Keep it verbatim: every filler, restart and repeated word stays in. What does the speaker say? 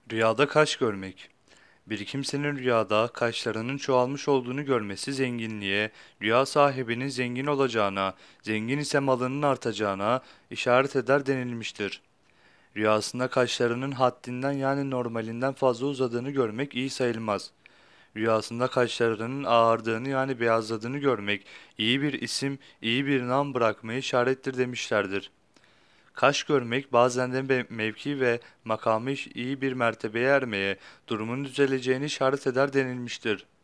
Rüyada kaş görmek. Bir kimsenin rüyada kaşlarının çoğalmış olduğunu görmesi zenginliğe, rüya sahibinin zengin olacağına, zengin ise malının artacağına işaret eder denilmiştir. Rüyasında kaşlarının haddinden yani normalinden fazla uzadığını görmek iyi sayılmaz. Rüyasında kaşlarının ağardığını yani beyazladığını görmek iyi bir isim, iyi bir nam bırakmayı işarettir demişlerdir. Kaş görmek bazen de be- mevki ve makamı iş- iyi bir mertebeye ermeye, durumun düzeleceğini işaret eder denilmiştir.